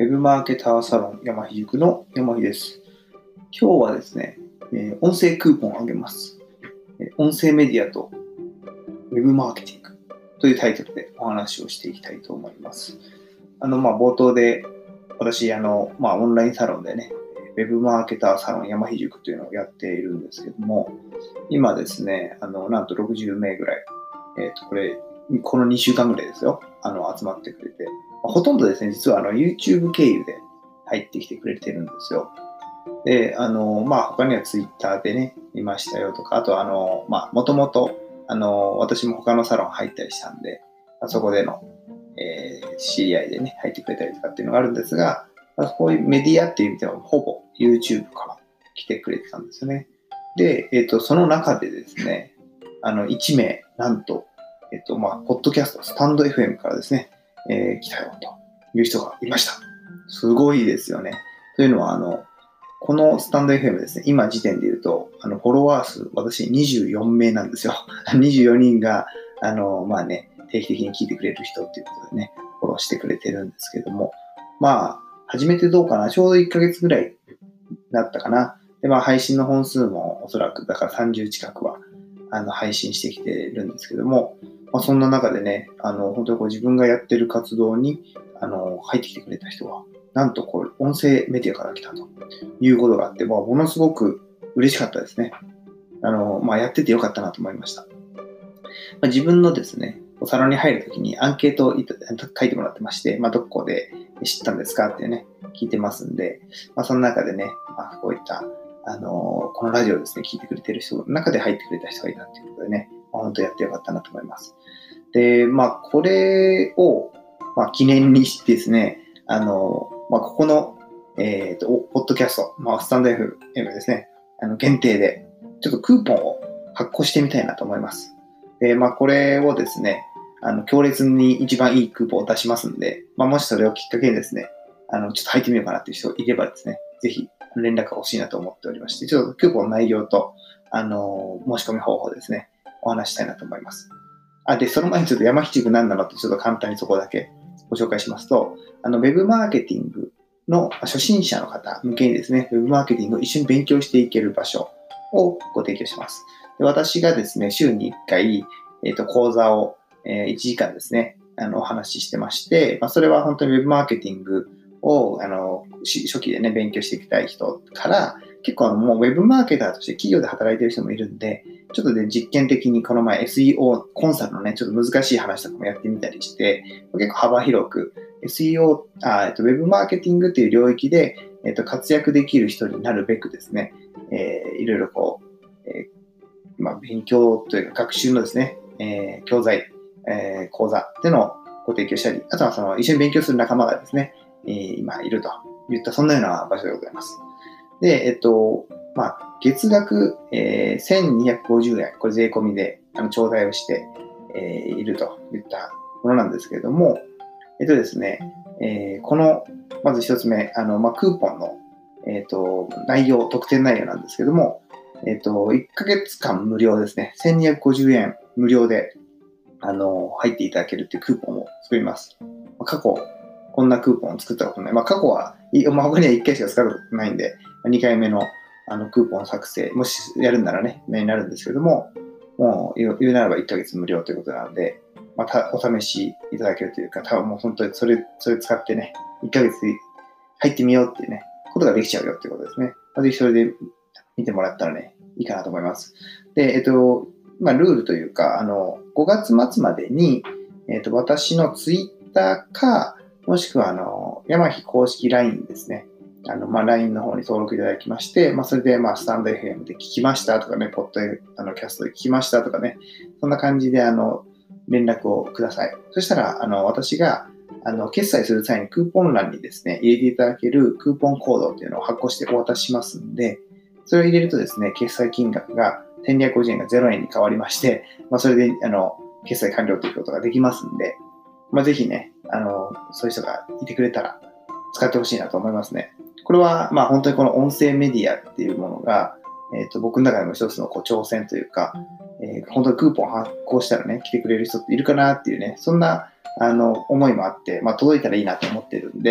ウェブマーケターサロン山ひ塾の山ひです。今日はですね、音声クーポンをあげます。音声メディアとウェブマーケティングというタイトルでお話をしていきたいと思います。冒頭で私、オンラインサロンでね、ウェブマーケターサロン山ひ塾というのをやっているんですけども、今ですね、なんと60名ぐらい、この2週間ぐらいですよ、集まってくれて、ほとんどですね、実はYouTube 経由で入ってきてくれてるんですよ。で、他には Twitter でね、見ましたよとか、あともともと、私も他のサロン入ったりしたんで、そこでの、知り合いでね、入ってくれたりとかっていうのがあるんですが、こういうメディアっていう意味では、ほぼ YouTube から来てくれてたんですよね。で、その中でですね、1名、なんと、ポッドキャスト、スタンド FM からですね、来たよという人がいました。すごいですよね。というのは、このスタンド FM ですね、今時点で言うと、フォロワー数、私24名なんですよ。24人が、定期的に聞いてくれる人っていうことでね、フォローしてくれてるんですけども、始めてどうかな、ちょうど1ヶ月ぐらいだったかな。で、配信の本数もおそらく、だから30近くは、配信してきてるんですけども、そんな中でね、本当に自分がやってる活動に、入ってきてくれた人は、なんと音声メディアから来たということがあって、ものすごく嬉しかったですね。やっててよかったなと思いました。自分のですね、サロンに入るときにアンケートを書いてもらってまして、どこで知ったんですかってね、聞いてますんで、その中でね、こういった、このラジオをですね、聞いてくれてる人の中で入ってくれた人がいたということでね、本当やってよかったなと思います。で、これを、記念にしてですね、ここの、ポッドキャスト、スタンド FM ですね、限定で、ちょっとクーポンを発行してみたいなと思います。で、これをですね、強烈に一番いいクーポンを出しますんで、もしそれをきっかけにですね、ちょっと入ってみようかなっていう人いればですね、ぜひ連絡が欲しいなと思っておりまして、ちょっとクーポンの内容と、申し込み方法ですね、お話したいなと思います。で、その前にちょっと山ひ塾何なのってちょっと簡単にそこだけご紹介しますと、ウェブマーケティングの初心者の方向けにですね、ウェブマーケティングを一緒に勉強していける場所をご提供します。で、私がですね、週に1回、講座を、1時間ですね、お話ししてまして、それは本当にウェブマーケティングを、初期でね、勉強していきたい人から、結構もうウェブマーケターとして企業で働いてる人もいるんで、ちょっとね、実験的にこの前 SEO コンサルのね、ちょっと難しい話とかもやってみたりして、結構幅広く SEO、ウェブマーケティングっていう領域で、活躍できる人になるべくですね、いろいろ勉強というか学習のですね、教材、講座っていうのをご提供したり、あとは一緒に勉強する仲間がですね、今いるといったそんなような場所でございます。で、月額、1250円、これ税込みで頂戴をして、いるといったものなんですけれども、ですね、この、まず一つ目、クーポンの、内容、特典内容なんですけども、1ヶ月間無料ですね、1250円無料で、入っていただけるというクーポンを作ります。過去、こんなクーポンを作ったことない。過去は、他には1回しか使ったことないんで、2回目のクーポン作成、もしやるんならね、になるんですけども、もう言うならば1ヶ月無料ということなので、お試しいただけるというか、多分もう本当にそれ使ってね、1ヶ月入ってみようっていうね、ことができちゃうよっていうことですね。ぜひそれで見てもらったらね、いいかなと思います。で、ルールというか、5月末までに、私のツイッターか、もしくは、山ひ公式 LINE ですね。LINE の方に登録いただきまして、それで、スタンド FM で聞きましたとかね、ポッドキャストで聞きましたとかね、そんな感じで、連絡をください。そしたら、私が、決済する際にクーポン欄にですね、入れていただけるクーポンコードっていうのを発行してお渡ししますんで、それを入れるとですね、決済金額が1250円が0円に変わりまして、それで、決済完了ということができますんで、ぜひね、そういう人がいてくれたら使ってほしいなと思いますね。これは、本当にこの音声メディアっていうものが、僕の中でも一つの挑戦というか、本当にクーポン発行したらね、来てくれる人っているかなっていうね、そんな、思いもあって、届いたらいいなと思ってるんで、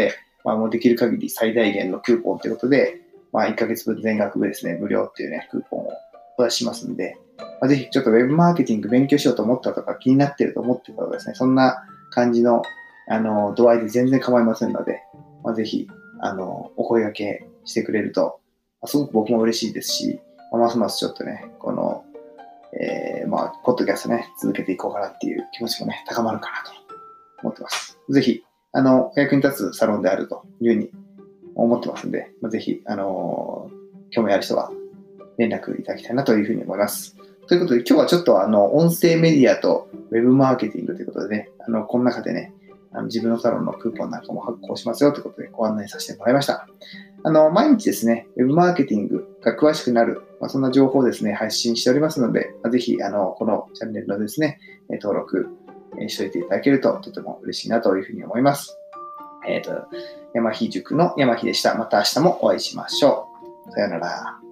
もうできる限り最大限のクーポンということで、1ヶ月分全額分ですね、無料っていうね、クーポンをお出ししますんで、ぜひちょっとウェブマーケティング勉強しようと思ったとか気になっていると思ってたらですね、そんな感じの、度合いで全然構いませんので、ぜひ、お声掛けしてくれると、すごく僕も嬉しいですし、ますますちょっとね、この、ポッドキャストね、続けていこうかなっていう気持ちもね、高まるかなと思ってます。ぜひ、お役に立つサロンであるというふうに思ってますんで、ぜひ、興味ある人は連絡いただきたいなというふうに思います。ということで、今日はちょっと音声メディアとウェブマーケティングということでね、この中でね、自分のサロンのクーポンなんかも発行しますよということでご案内させてもらいました。毎日ですね、ウェブマーケティングが詳しくなる、そんな情報をですね、発信しておりますので、ぜひ、このチャンネルのですね、登録しておいていただけるととても嬉しいなというふうに思います。山火塾の山火でした。また明日もお会いしましょう。さようなら。